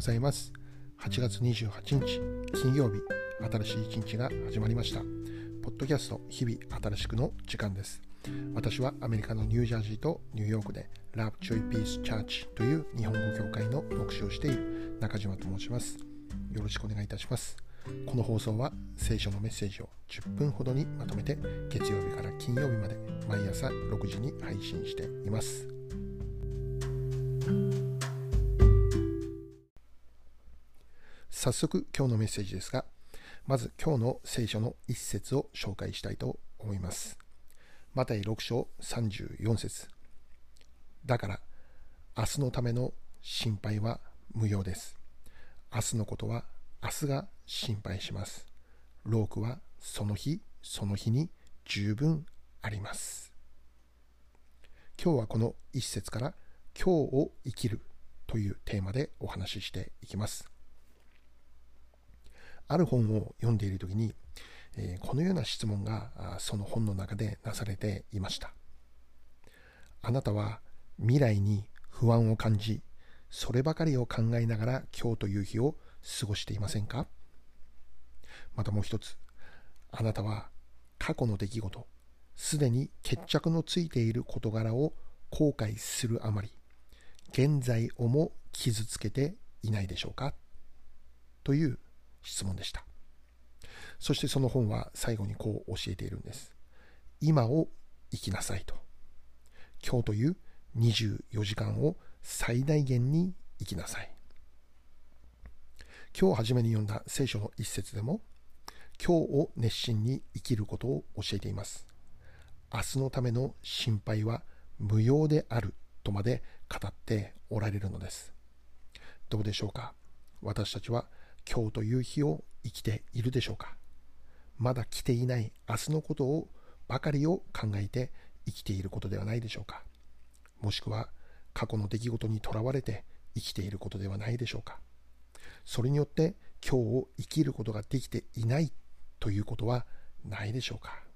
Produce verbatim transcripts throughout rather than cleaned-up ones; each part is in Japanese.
ございます。はちがつにじゅうはちにち金曜日、新しい一日が始まりました。ポッドキャスト日々新しくの時間です。私はアメリカのニュージャージーとニューヨークで Love Joy Peace Church という日本語教会の牧師をしている中島と申します。よろしくお願いいたします。この放送は聖書のメッセージをじゅっぷんほどにまとめて月曜日から金曜日まで毎朝ろくじに配信しています。早速今日のメッセージですが、まず今日の聖書の一節を紹介したいと思います。マタイろく章さんじゅうよん節。だから明日のための心配は無用です。明日のことは明日が心配します。労苦はその日その日に十分あります。今日はこの一節から今日を生きるというテーマでお話ししていきます。ある本を読んでいるときに、えー、このような質問がその本の中でなされていました。あなたは未来に不安を感じ、そればかりを考えながら今日という日を過ごしていませんか？またもう一つ、あなたは過去の出来事、すでに決着のついている事柄を後悔するあまり、現在をも傷つけていないでしょうか？という質問でした。そしてその本は最後にこう教えているんです。今を生きなさいと。今日というにじゅうよじかんを最大限に生きなさい。今日初めに読んだ聖書の一節でも、今日を熱心に生きることを教えています。明日のための心配は無用であるとまで語っておられるのです。どうでしょうか？私たちは今日という日を生きているでしょうか？まだ来ていない明日のことをばかりを考えて生きていることではないでしょうか？もしくは過去の出来事にとらわれて生きていることではないでしょうか？それによって今日を生きることができていないということはないでしょうか？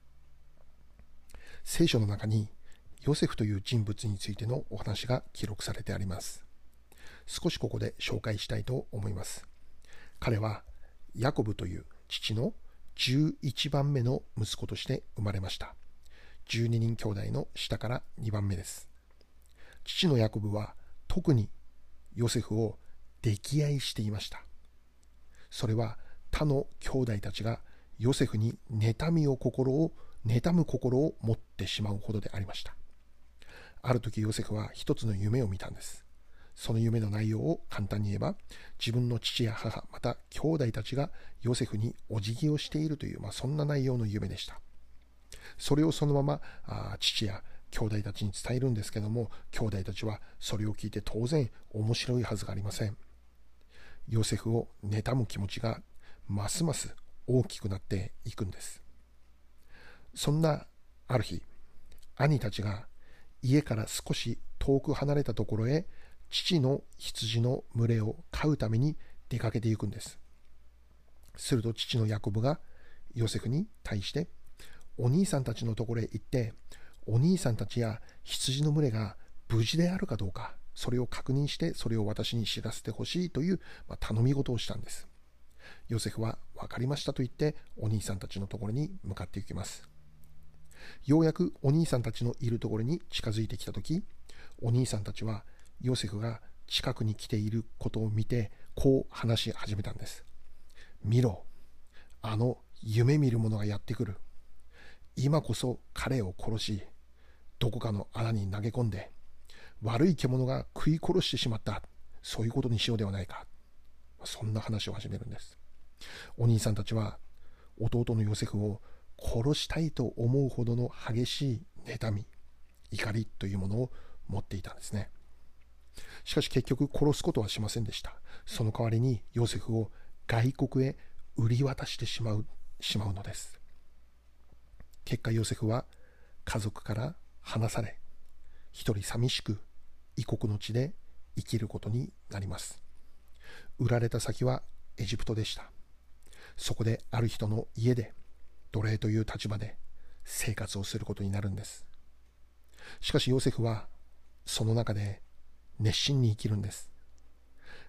聖書の中にヨセフという人物についてのお話が記録されてあります。少しここで紹介したいと思います。彼はヤコブという父のじゅういちばんめの息子として生まれました。じゅうににん兄弟の下からにばんめです。父のヤコブは特にヨセフを溺愛していました。それは他の兄弟たちがヨセフに妬みを心を妬む心を持ってしまうほどでありました。ある時ヨセフは一つの夢を見たんです。その夢の内容を簡単に言えば、自分の父や母、また兄弟たちがヨセフにお辞儀をしているという、まあ、そんな内容の夢でした。それをそのままあ父や兄弟たちに伝えるんですけども、兄弟たちはそれを聞いて当然面白いはずがありません。ヨセフを妬む気持ちがますます大きくなっていくんです。そんなある日、兄たちが家から少し遠く離れたところへ父の羊の群れを飼うために出かけていくんです。すると父のヤコブがヨセフに対して、お兄さんたちのところへ行って、お兄さんたちや羊の群れが無事であるかどうか、それを確認してそれを私に知らせてほしいという、まあ、頼み事をしたんです。ヨセフは分かりましたと言ってお兄さんたちのところに向かっていきます。ようやくお兄さんたちのいるところに近づいてきたとき、お兄さんたちはヨセフが近くに来ていることを見てこう話し始めたんです。見ろ、あの夢見る者がやってくる。今こそ彼を殺し、どこかの穴に投げ込んで悪い獣が食い殺してしまった、そういうことにしようではないか。そんな話を始めるんです。お兄さんたちは弟のヨセフを殺したいと思うほどの激しい妬み、怒りというものを持っていたんですね。しかし結局殺すことはしませんでした。その代わりにヨセフを外国へ売り渡してしまう、しまうのです。結果ヨセフは家族から離され、一人寂しく異国の地で生きることになります。売られた先はエジプトでした。そこである人の家で奴隷という立場で生活をすることになるんです。しかしヨセフはその中で熱心に生きるんです。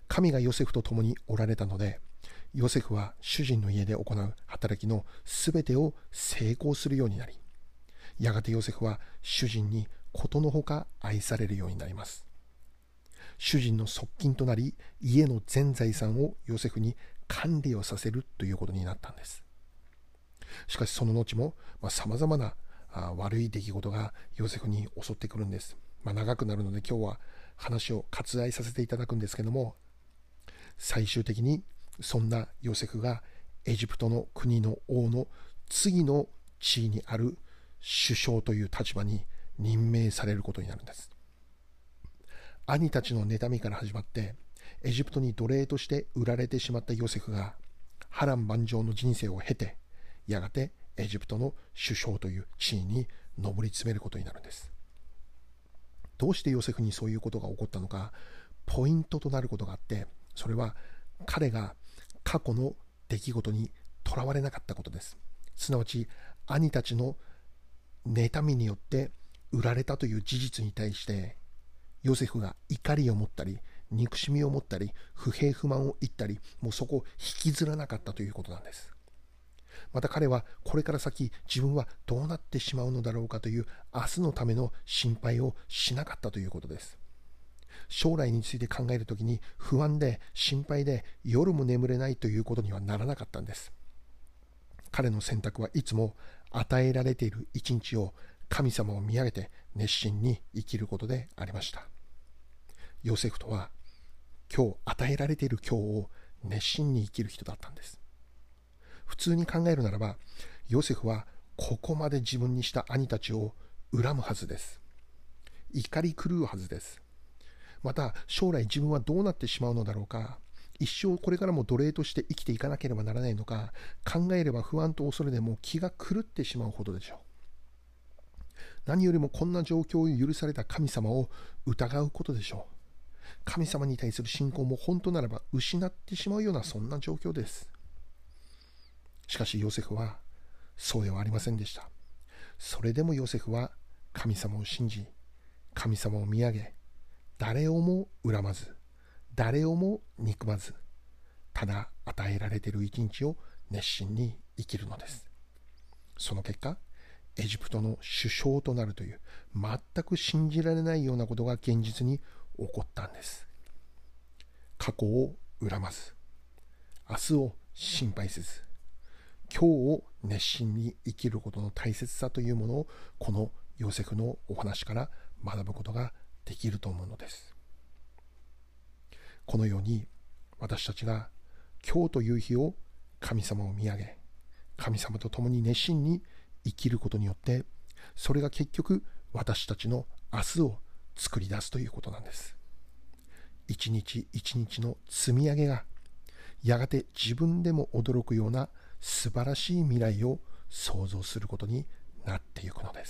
神がヨセフと共におられたので、ヨセフは主人の家で行う働きのすべてを成功するようになり、やがてヨセフは主人にことのほか愛されるようになります。主人の側近となり、家の全財産をヨセフに管理をさせるということになったんです。しかしその後もさまざ、まなあ悪い出来事がヨセフに襲ってくるんです。まあ、長くなるので今日は話を割愛させていただくんですけども、最終的にそんなヨセフがエジプトの国の王の次の地位にある首相という立場に任命されることになるんです。兄たちの妬みから始まってエジプトに奴隷として売られてしまったヨセフが波乱万丈の人生を経て、やがてエジプトの首相という地位に上り詰めることになるんです。どうしてヨセフにそういうことが起こったのか、ポイントとなることがあって、それは彼が過去の出来事にとらわれなかったことです。すなわち兄たちの妬みによって売られたという事実に対してヨセフが怒りを持ったり憎しみを持ったり不平不満を言ったり、もうそこを引きずらなかったということなんです。また彼はこれから先自分はどうなってしまうのだろうかという明日のための心配をしなかったということです。将来について考えるときに不安で心配で夜も眠れないということにはならなかったんです。彼の選択はいつも与えられている一日を神様を見上げて熱心に生きることでありました。ヨセフとは今日与えられている今日を熱心に生きる人だったんです。普通に考えるならばヨセフはここまで自分にした兄たちを恨むはずです。怒り狂うはずです。また将来自分はどうなってしまうのだろうか、一生これからも奴隷として生きていかなければならないのか、考えれば不安と恐れでもう気が狂ってしまうほどでしょう。何よりもこんな状況を許された神様を疑うことでしょう。神様に対する信仰も本当ならば失ってしまうようなそんな状況です。しかしヨセフはそうではありませんでした。それでもヨセフは神様を信じ、神様を見上げ、誰をも恨まず、誰をも憎まず、ただ与えられている一日を熱心に生きるのです。その結果、エジプトの首相となるという全く信じられないようなことが現実に起こったんです。過去を恨まず、明日を心配せず、今日を熱心に生きることの大切さというものをこのヨセフのお話から学ぶことができると思うのです。このように私たちが今日という日を神様を見上げ、神様と共に熱心に生きることによって、それが結局私たちの明日を作り出すということなんです。一日一日の積み上げがやがて自分でも驚くような素晴らしい未来を想像することになっていくのです。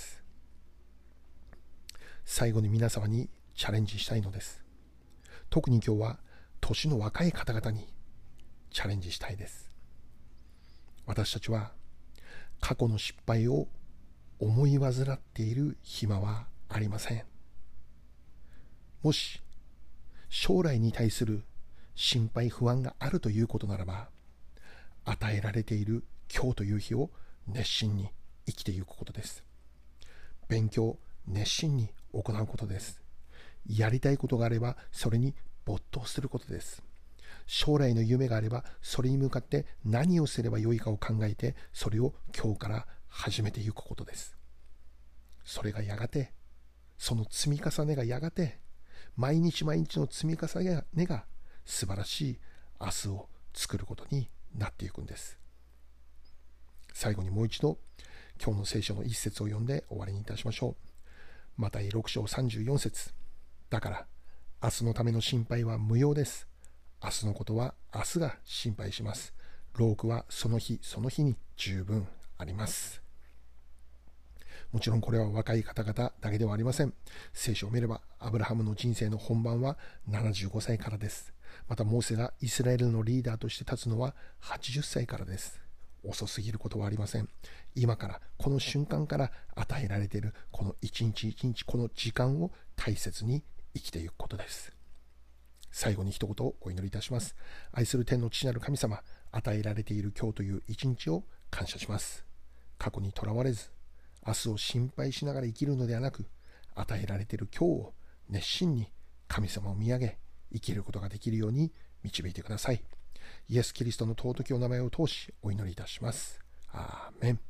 最後に皆様にチャレンジしたいのです。特に今日は年の若い方々にチャレンジしたいです。私たちは過去の失敗を思い患っている暇はありません。もし将来に対する心配不安があるということならば、与えられている今日という日を熱心に生きていくことです。勉強熱心に行うことです。やりたいことがあればそれに没頭することです。将来の夢があればそれに向かって何をすればよいかを考えて、それを今日から始めていくことです。それがやがて、その積み重ねがやがて、毎日毎日の積み重ねが素晴らしい明日を作ることになっていくんです。最後にもう一度今日の聖書の一節を読んで終わりにいたしましょう。マタイろく章さんじゅうよん節。だから明日のための心配は無用です。明日のことは明日が心配します。労苦はその日その日に十分あります。もちろんこれは若い方々だけではありません。聖書を見ればアブラハムの人生の本番はななじゅうごさいからです。またモーセがイスラエルのリーダーとして立つのははちじゅっさいからです。遅すぎることはありません。今からこの瞬間から与えられているこの一日一日、この時間を大切に生きていくことです。 最後に一言お祈りいたします。愛する天の父なる神様、与えられている今日という一日を感謝します。過去にとらわれず、明日を心配しながら生きるのではなく、与えられている今日を熱心に神様を見上げ、生きることができるように導いてください。イエス・キリストの尊きお名前を通しお祈りいたします。アーメン。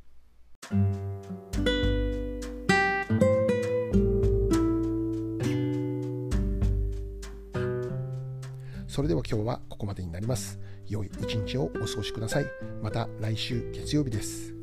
それでは今日はここまでになります。良い一日をお過ごしください。また来週月曜日です。